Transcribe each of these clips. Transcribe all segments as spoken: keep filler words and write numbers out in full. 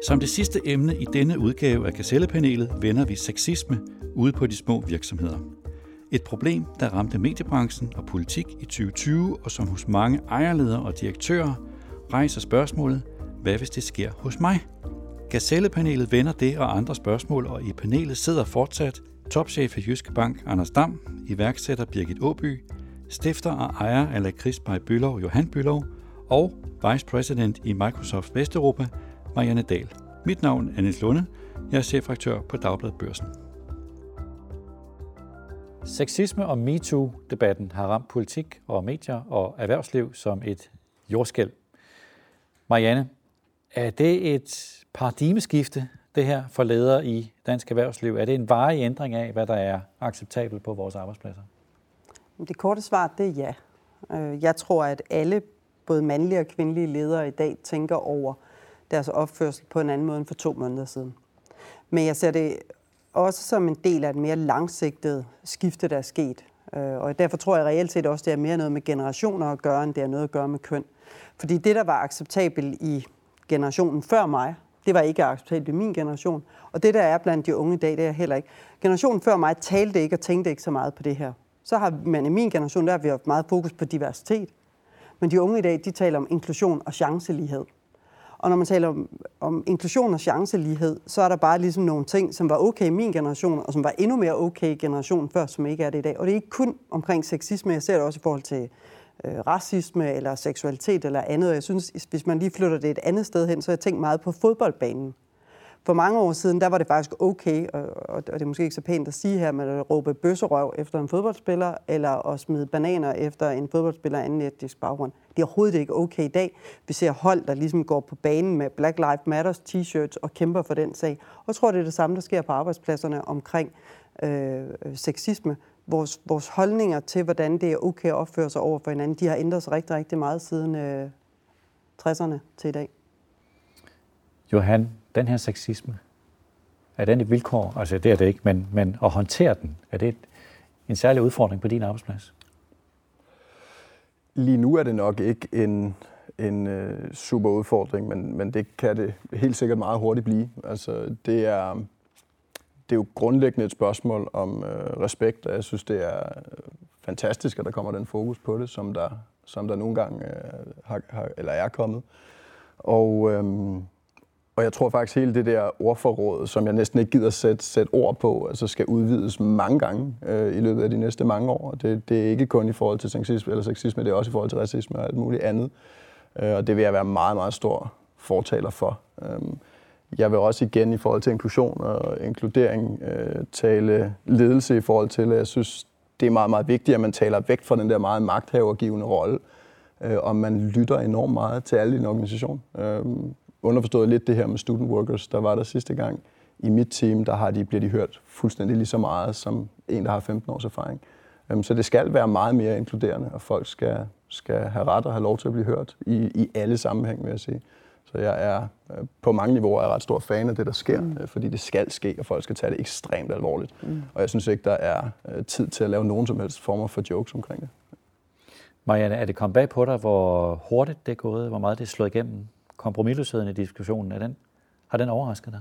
Som det sidste emne i denne udgave af Gazellepanelet vender vi sexisme ude på de små virksomheder. Et problem, der ramte mediebranchen og politik i tyve tyve, og som hos mange ejerledere og direktører rejser spørgsmålet, hvad hvis det sker hos mig? Gazellepanelet vender det og andre spørgsmål, og i panelet sidder fortsat topchef i Jyske Bank Anders Dam, iværksætter Birgit Åby, stifter og ejer af Lakrids by Bülow Johan Bülow og vice president i Microsoft Vesteuropa Marianne Dahl. Mit navn er Niels Lunde. Jeg er chefredaktør på Dagbladet Børsen. Sexisme og MeToo-debatten har ramt politik og medier og erhvervsliv som et jordskælv. Marianne, er det et paradigmeskifte, det her for ledere i dansk erhvervsliv? Er det en varig ændring af, hvad der er acceptabelt på vores arbejdspladser? Det korte svar, det er ja. Jeg tror, at alle, både mandlige og kvindelige ledere i dag, tænker over deres opførsel på en anden måde end for to måneder siden. Men jeg ser det også som en del af et mere langsigtet skifte, der er sket. Og derfor tror jeg reelt set også, det er mere noget med generationer at gøre, end det er noget at gøre med køn. Fordi det, der var acceptabelt i generationen før mig, det var ikke acceptabelt i min generation. Og det, der er blandt de unge i dag, det er heller ikke. Generationen før mig talte ikke og tænkte ikke så meget på det her. Så har man i min generation, der har vi haft meget fokus på diversitet. Men de unge i dag, de taler om inklusion og chancelighed. Og når man taler om, om inklusion og chancelighed, så er der bare ligesom nogle ting, som var okay i min generation, og som var endnu mere okay i generationen før, som ikke er det i dag. Og det er ikke kun omkring sexisme, jeg ser det også i forhold til øh, racisme eller seksualitet eller andet. Og jeg synes, hvis man lige flytter det et andet sted hen, så har jeg tænkt meget på fodboldbanen. For mange år siden, der var det faktisk okay, og, og det er måske ikke så pænt at sige her, men at råbe bøsserøv efter en fodboldspiller, eller at smide bananer efter en fodboldspiller af anden etnisk baggrund. Det er overhovedet ikke okay i dag. Vi ser hold, der ligesom går på banen med Black Lives Matters t-shirts og kæmper for den sag. Og jeg tror, det er det samme, der sker på arbejdspladserne omkring øh, sexisme. Vores, vores holdninger til, hvordan det er okay at opføre sig over for hinanden, de har ændret sig rigtig, rigtig meget siden øh, tresserne til i dag. Johan, den her sexisme, er den et vilkår? Altså det er det ikke, men, men at håndtere den, er det et, en særlig udfordring på din arbejdsplads? Lige nu er det nok ikke en, en uh, super udfordring, men, men det kan det helt sikkert meget hurtigt blive. Altså det er, det er jo grundlæggende et spørgsmål om uh, respekt, og jeg synes, det er fantastisk, at der kommer den fokus på det, som der, som der nogle gange uh, har, har, eller er kommet. Og um, Og jeg tror faktisk, hele det der ordforråd, som jeg næsten ikke gider sætte, sætte ord på, altså skal udvides mange gange øh, i løbet af de næste mange år. Det, det er ikke kun i forhold til sexisme, eller sexisme, det er også i forhold til racisme og alt muligt andet. Øh, og det vil jeg være meget, meget stor fortaler for. Øh, jeg vil også igen i forhold til inklusion og inkludering øh, tale ledelse i forhold til, at jeg synes, det er meget, meget vigtigt, at man taler væk fra den der meget magthavergivende rolle, øh, og man lytter enormt meget til alle i en organisation. Øh, Underforstået lidt det her med student workers, der var der sidste gang i mit team, der har de, bliver de hørt fuldstændig lige så meget som en, der har femten års erfaring. Så det skal være meget mere inkluderende, og folk skal, skal have ret og have lov til at blive hørt i, i alle sammenhæng, vil jeg sige. Så jeg er på mange niveauer er ret stor fan af det, der sker, mm. fordi det skal ske, og folk skal tage det ekstremt alvorligt. Mm. Og jeg synes ikke, der er tid til at lave nogen som helst former for jokes omkring det. Marianne, er det kommet bag på dig, hvor hurtigt det er gået, hvor meget det er slået igennem? Kompromisløsheden i diskussionen, er den, har den overrasket dig?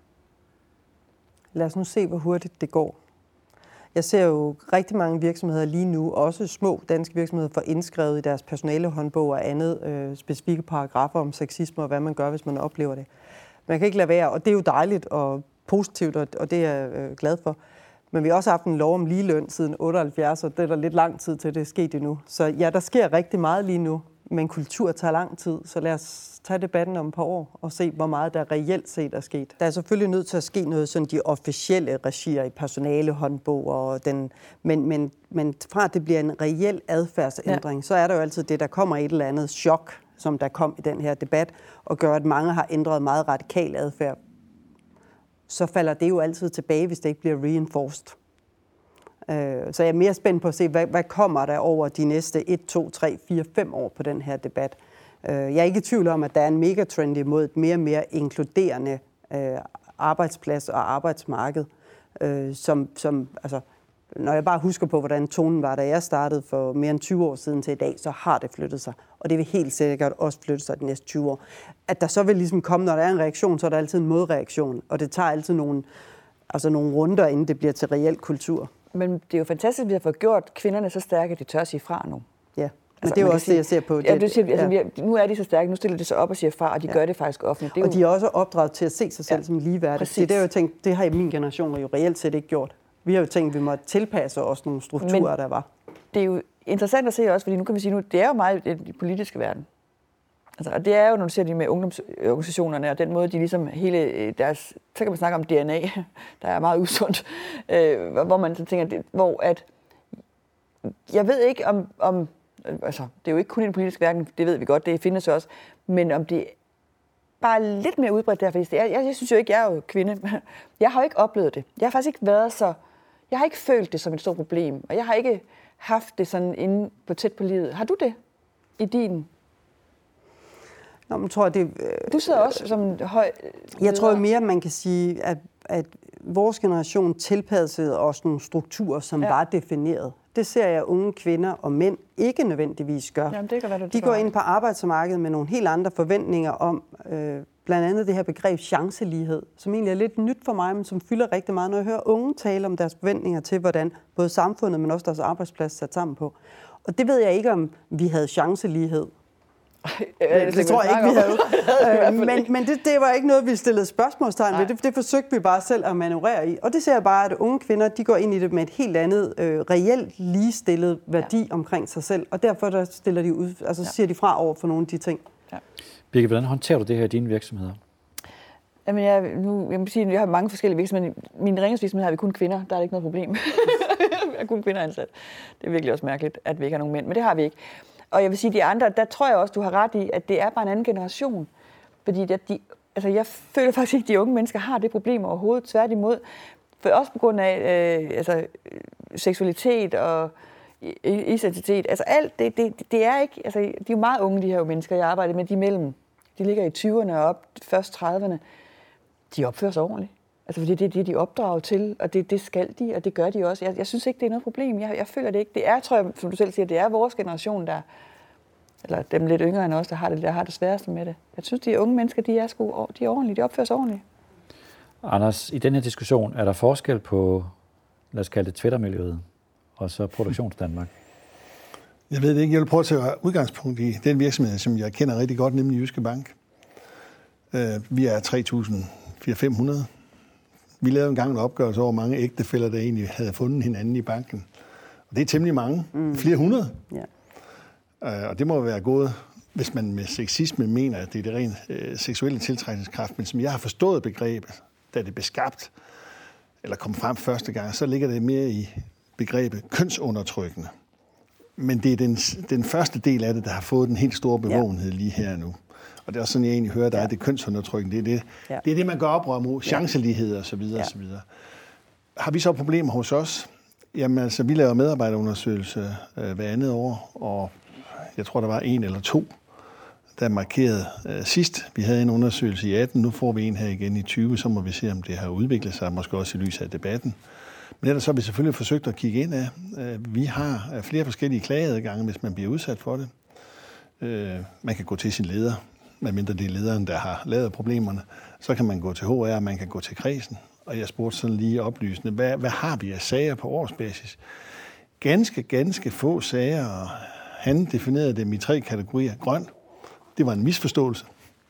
Lad os nu se, hvor hurtigt det går. Jeg ser jo rigtig mange virksomheder lige nu, også små danske virksomheder, får indskrevet i deres personalehåndbog og andet øh, specifikke paragrafer om sexisme og hvad man gør, hvis man oplever det. Man kan ikke lade være, og det er jo dejligt og positivt, og det er jeg øh, glad for. Men vi har også haft en lov om ligeløn siden otteoghalvfjerds, og det er der lidt lang tid til, det er sket endnu. Så ja, der sker rigtig meget lige nu. Men kultur tager lang tid, så lad os tage debatten om et par år og se, hvor meget der reelt set er sket. Der er selvfølgelig nødt til at ske noget sådan de officielle regier i personalehåndbog, og den, men, men, men fra at det bliver en reel adfærdsændring, ja. Så er der jo altid det, der kommer et eller andet chok, som der kom i den her debat, og gør, at mange har ændret meget radikal adfærd. Så falder det jo altid tilbage, hvis det ikke bliver reinforced. Så jeg er mere spændt på at se, hvad, hvad kommer der over de næste et, to, tre, fire, fem år på den her debat. Jeg er ikke i tvivl om, at der er en megatrend imod et mere og mere inkluderende arbejdsplads og arbejdsmarked, som, som altså, når jeg bare husker på, hvordan tonen var, da jeg startede for mere end tyve år siden til i dag, så har det flyttet sig. Og det vil helt sikkert også flytte sig de næste tyve år. At der så vil ligesom komme, når der er en reaktion, så er der altid en modreaktion. Og det tager altid nogle, altså nogle runder, inden det bliver til reel kultur. Men det er jo fantastisk, at vi har fået gjort kvinderne så stærke, at de tør at sige fra nu. Ja, men altså, det er jo også sige, det, jeg ser på. Ja, det siger, altså, ja. vi, nu er de så stærke, nu stiller de sig op og siger fra, og de ja. gør det faktisk offentligt. Det er og de er også opdraget til at se sig selv ja. som ligeværdigt. Det, det, er jo tænkt, det har i min generation jo reelt set ikke gjort. Vi har jo tænkt, at vi måtte tilpasse os nogle strukturer, men der var. Det er jo interessant at se også, fordi nu kan vi sige, nu det er jo meget i den politiske verden. Altså, og det er jo, når du ser de med ungdomsorganisationerne, og den måde, de ligesom hele deres, så kan man snakke om D N A, der er meget usundt, øh, hvor man så tænker, det, hvor at, jeg ved ikke om, om, altså, det er jo ikke kun i den politiske verden, det ved vi godt, det findes også, men om det bare er lidt mere udbredt der, fordi jeg, jeg, jeg synes jo ikke, jeg er jo kvinde, jeg har jo ikke oplevet det. Jeg har faktisk ikke været så, jeg har ikke følt det som et stort problem, og jeg har ikke haft det sådan inde på tæt på livet. Har du det i din? Nå, men tror jeg, det, øh, du sidder også som en høj leder. Jeg tror mere, man kan sige, at, at vores generation tilpassede os nogle strukturer, som ja. var defineret. Det ser jeg, unge kvinder og mænd ikke nødvendigvis gør. Jamen, det kan være, det De går ind på arbejdsmarkedet med nogle helt andre forventninger om øh, blandt andet det her begreb chancelighed, som egentlig er lidt nyt for mig, men som fylder rigtig meget, når jeg hører unge tale om deres forventninger til, hvordan både samfundet, men også deres arbejdsplads er sat sammen på. Og det ved jeg ikke, om vi havde chancelighed. Ja, det, det tror jeg ikke, vi havde. øh, men men det, det var ikke noget, vi stillede spørgsmålstegn ved. Det, det forsøgte vi bare selv at manøvrere i. Og det ser jeg bare, at unge kvinder de går ind i det med et helt andet, øh, reelt ligestillet værdi ja. omkring sig selv. Og derfor der stiller de ud, altså, ja. siger de fra over for nogle af de ting. Ja. Birgit, hvordan håndterer du det her i dine virksomheder? Jamen, jeg, nu, jeg må sige, at jeg har mange forskellige virksomheder. Min rengøringsvirksomhed har vi kun kvinder. Der er ikke noget problem. Vi har kun kvinder ansat. Det er virkelig også mærkeligt, at vi ikke har nogen mænd. Men det har vi ikke. Og jeg vil sige, de andre, der tror jeg også, du har ret i, at det er bare en anden generation. Fordi de, altså jeg føler faktisk ikke, at de unge mennesker har det problem overhovedet. Tværtimod. For også på grund af øh, altså, seksualitet og identitet. Altså alt, det, det, det er ikke... Altså, de er jo meget unge, de her mennesker, jeg arbejder med. De mellem. De ligger i tyverne og op, først trediverne. De opfører sig ordentligt. Altså, fordi det er det, de opdrager til, og det, det skal de, og det gør de også. Jeg, jeg synes ikke, det er noget problem. Jeg, jeg føler det ikke. Det er, tror jeg, som du selv siger, det er vores generation, der, eller dem lidt yngre end os, der har det, der har det sværeste med det. Jeg synes, de unge mennesker, de er, sgu, de er ordentlige, de opfører sig ordentligt. Anders, i den her diskussion, er der forskel på, lad os kalde det Twitter-miljøet, og så Produktionsdanmark? Jeg ved det ikke. Jeg vil prøve at tage udgangspunkt i den virksomhed, som jeg kender rigtig godt, nemlig Jyske Bank. Vi er tre tusind fire til fem hundrede. Vi lavede en gang en opgørelse over, hvor mange ægtefæller, der egentlig havde fundet hinanden i banken. Og det er temmelig mange. Mm. Flere hundrede. Yeah. Og det må være gået, hvis man med sexisme mener, at det er det rent øh, seksuelle tiltrækningskraft. Men som jeg har forstået begrebet, da det blev skabt, eller kom frem første gang, så ligger det mere i begrebet kønsundertrykkende. Men det er den, den første del af det, der har fået den helt store bevågenhed yeah. lige her nu. Og det er også sådan, jeg egentlig hører, der ja. er det kønsundertrykkende. Det er det, ja. det er det, man går oprør mod. Chancelighed og så videre, ja. og så videre. Har vi så problemer hos os? Jamen altså, vi laver medarbejderundersøgelse øh, hver andet år, og jeg tror, der var en eller to, der markerede øh, sidst. Vi havde en undersøgelse i atten, nu får vi en her igen i tyve, så må vi se, om det har udviklet sig, måske også i lys af debatten. Men ellers så har vi selvfølgelig forsøgt at kigge ind af. Øh, vi har flere forskellige klageadgange, hvis man bliver udsat for det. Øh, man kan gå til sin leder, medmindre det er lederen, der har lavet problemerne. Så kan man gå til H R, og man kan gå til kredsen. Og jeg spurgte sådan lige oplysende, hvad, hvad har vi af sager på årsbasis? Ganske, ganske få sager, og han definerede dem i tre kategorier. Grøn, det var en misforståelse.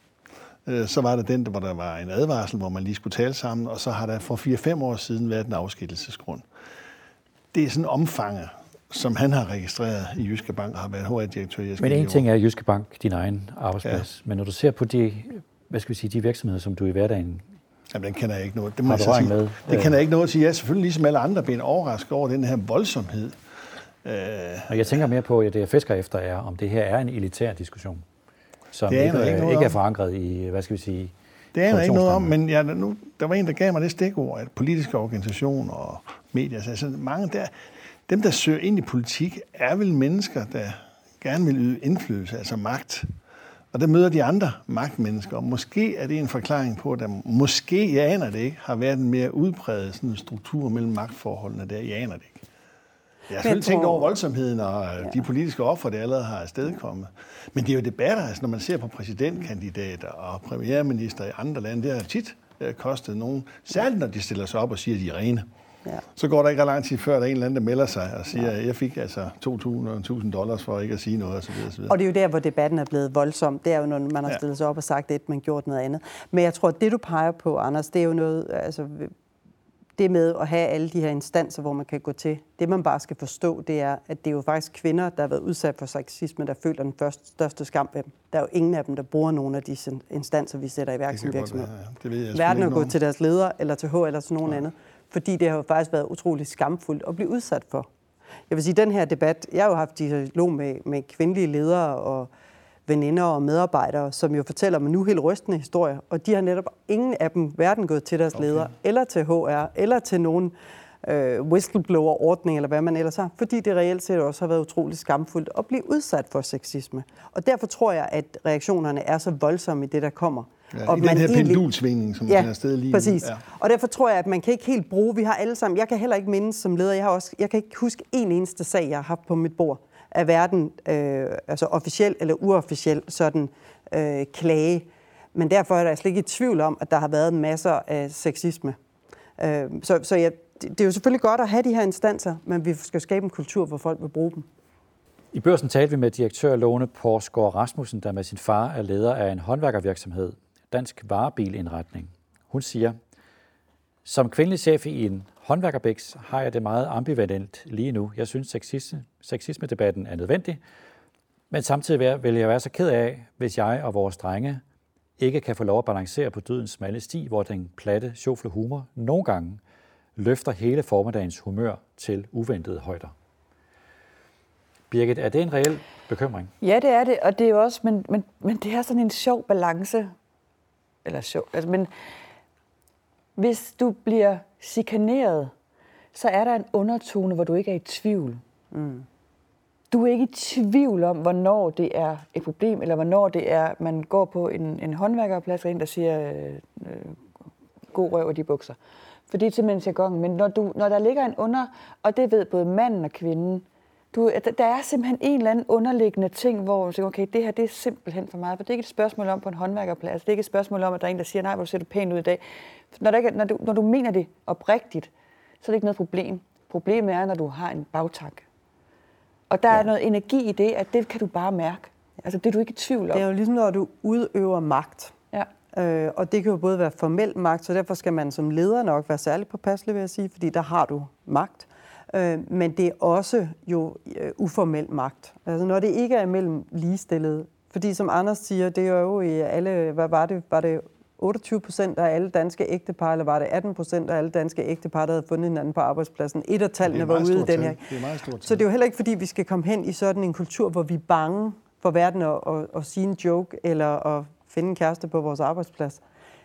Så var der den, hvor der var en advarsel, hvor man lige skulle tale sammen, og så har der for fire til fem år siden været en afskillelsesgrund. Det er sådan omfanget, som han har registreret i Jyske Bank, og har været H R-direktør i. Men en ting er Jyske Bank, din egen arbejdsplads. Ja. Men når du ser på de, hvad skal vi sige, de virksomheder, som du i hverdagen Jamen, den kender jeg ikke noget. Det må jeg sige. Med. Det kender jeg ikke noget til. Jeg er selvfølgelig ligesom alle andre blevet overrasket over den her voldsomhed. Og jeg tænker mere på, at det jeg fisker efter er, om det her er en elitær diskussion, som ikke, ikke, er, ikke er forankret i, hvad skal vi sige, det er der ikke noget om, men ja, nu, der var en, der gav mig det stikord, at politiske organisationer og medier, altså mange der, dem, der søger ind i politik, er vel mennesker, der gerne vil yde indflydelse, altså magt. Og der møder de andre magtmennesker, og måske er det en forklaring på, at der måske, jeg aner det ikke, har været en mere udpræget sådan en struktur mellem magtforholdene der. Jeg aner det ikke. Jeg har selvfølgelig tænkt over voldsomheden og ja. de politiske ofre, det allerede har afstedkommet. Men det er jo debatter, altså når man ser på præsidentkandidater og premierminister i andre lande, det har tit kostet nogen, særligt når de stiller sig op og siger, at de er rene. Ja. Så går der ikke ret lang tid før, der er en eller anden, der melder sig og siger, at jeg fik altså to tusind dollars for ikke at sige noget osv. Og det er jo der, hvor debatten er blevet voldsom. Det er jo, når man har stillet sig op og sagt et, men gjort noget andet. Men jeg tror, at det, du peger på, Anders, det er jo noget, altså det med at have alle de her instanser, hvor man kan gå til. Det, man bare skal forstå, det er, at det er jo faktisk kvinder, der har været udsat for sexisme, der føler den første, største skam ved dem. Der er jo ingen af dem, der bruger nogle af de instanser, vi sætter i værk som virksomhed. Hverken at gå til deres ledere, eller til H, eller til nogen ja. andet. Fordi det har jo faktisk været utroligt skamfuldt at blive udsat for. Jeg vil sige, den her debat, jeg har jo haft dialog med, med kvindelige ledere og veninder og medarbejdere, som jo fortæller mig nu helt rystende historier, og de har netop ingen af dem hverken gået til deres okay. ledere, eller til H R, eller til nogen øh, whistleblower-ordning, eller hvad man ellers har, fordi det reelt set også har været utroligt skamfuldt at blive udsat for sexisme. Og derfor tror jeg, at reaktionerne er så voldsomme i det, der kommer. Ja, og i den her pendulsvingning, som ja, finder sted lige præcis. Ja. Og derfor tror jeg, at man kan ikke helt bruge, vi har alle sammen, jeg kan heller ikke mindes som leder, jeg, har også, jeg kan ikke huske en eneste sag, jeg har haft på mit bord, af hverken øh, altså officiel eller uofficiel sådan øh, klage. Men derfor er der slet ikke i tvivl om, at der har været masser af sexisme. Øh, så så ja, det, det er jo selvfølgelig godt at have de her instanser, men vi skal skabe en kultur, hvor folk vil bruge dem. I Børsen talte vi med direktør Lone Porsgaard Rasmussen, der med sin far er leder af en håndværkervirksomhed, Dansk Varebilindretning. Hun siger, som kvindelig chef i en håndværkerbæks har jeg det meget ambivalent lige nu. Jeg synes, sexisme, sexisme-debatten er nødvendig, men samtidig vil jeg være så ked af, hvis jeg og vores drenge ikke kan få lov at balancere på dødens smalle sti, hvor den platte, sjofle humor nogle gange løfter hele formiddagens humør til uventede højder. Birgit, er det en reel bekymring? Ja, det er det, og det er jo også, men, men, men det er sådan en sjov balance. Eller sjov, altså, men hvis du bliver chikaneret, så er der en undertone, hvor du ikke er i tvivl. Mm. Du er ikke i tvivl om, hvornår det er et problem, eller hvornår det er, man går på en, en håndværkerplads, og en, der siger, øh, god røv af de bukser. For det er simpelthen jargon. Men når, du, når der ligger en under, og det ved både manden og kvinden, du, der er simpelthen en eller anden underliggende ting, hvor du siger, okay, det her det er simpelthen for meget. For det er ikke et spørgsmål om på en håndværkerplads. Det er ikke et spørgsmål om, at der er en, der siger, nej, hvor ser du pænt ud i dag. Når, der ikke, når, du, når du mener det oprigtigt, så er det ikke noget problem. Problemet er, når du har en bagtak. Og der ja. er noget energi i det, at det kan du bare mærke. Altså det er du ikke i tvivl om. Det er jo ligesom, når du udøver magt. Ja. Øh, og det kan jo både være formel magt, så derfor skal man som leder nok være særligt påpasselig, vil jeg sige, fordi der har du magt. Øh, men det er også jo øh, uformel magt. Altså når det ikke er mellem ligestillede. Fordi som Anders siger, det er jo i alle, hvad var det, var det otteogtyve procent af alle danske ægtepar, eller var det atten procent af alle danske ægtepar, der havde fundet hinanden på arbejdspladsen. Et af tallene var ude i den her. Det er meget stort. Så det er jo heller ikke, fordi vi skal komme hen i sådan en kultur, hvor vi er bange for verden at, at, at sige en joke, eller at finde en kæreste på vores arbejdsplads.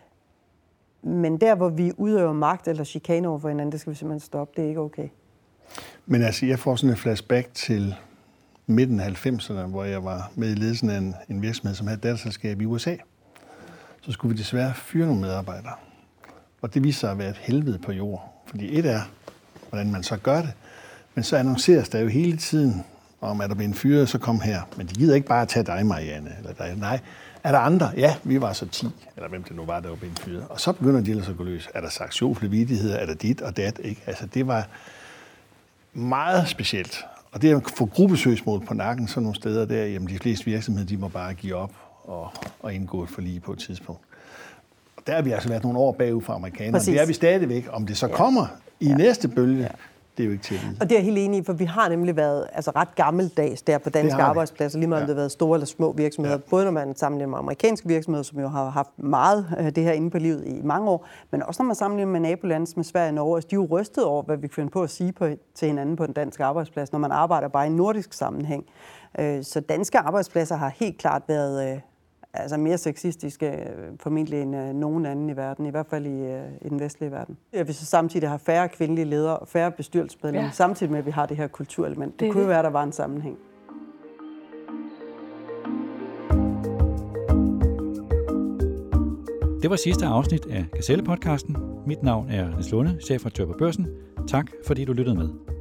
Men der, hvor vi udøver magt eller chikane over for hinanden, det skal vi simpelthen stoppe. Det er ikke okay. Men altså, jeg får sådan et flashback til midten af halvfemserne, hvor jeg var med i ledelsen af en, en virksomhed, som havde et datterselskab i U S A. Så skulle vi desværre fyre nogle medarbejdere. Og det viste sig at være et helvede på jord. Fordi et er, hvordan man så gør det, men så annonceres der jo hele tiden om, at der bliver en fyret, så kom her. Men de gider ikke bare at tage dig, Marianne. Eller dig. Nej, er der andre? Ja, vi var så ti, eller hvem det nu var, der var blevet fyret. Og så begynder de ellers at gå løs. Er der sagt sjofle vittigheder? Er der dit og dat? Ikke? Altså, det var meget specielt. Og det at få gruppesøgsmål på nakken sådan nogle steder der, jamen de fleste virksomheder, de må bare give op og, og indgå et forlig på et tidspunkt. Og der har vi altså været nogle år bagud fra amerikanerne. Det er vi stadigvæk. Om det så ja. kommer i ja. næste bølge, ja. det er jo ikke til at vide. Og det er jeg helt enig i, for vi har nemlig været altså, ret gammeldags der på danske arbejdspladser, lige meget om ja. det har været store eller små virksomheder. Ja. Både når man sammenligner med amerikanske virksomheder, som jo har haft meget af det her inde på livet i mange år, men også når man sammenligner med nabolande som Sverige og Norge. Altså, de er jo rystet over, hvad vi kan finde på at sige på, til hinanden på den danske arbejdsplads, når man arbejder bare i en nordisk sammenhæng. Så danske arbejdspladser har helt klart været altså mere sexistiske formentlig end nogen anden i verden, i hvert fald i, i den vestlige verden. Vi så samtidig har færre kvindelige ledere og færre bestyrelsesmedlemmer, ja. samtidig med, at vi har det her kulturelement. Det, det kunne jo være, at der var en sammenhæng. Det var sidste afsnit af Gazelle-podcasten. Mit navn er Niels Lunde, chefredaktør på Børsen. Tak, fordi du lyttede med.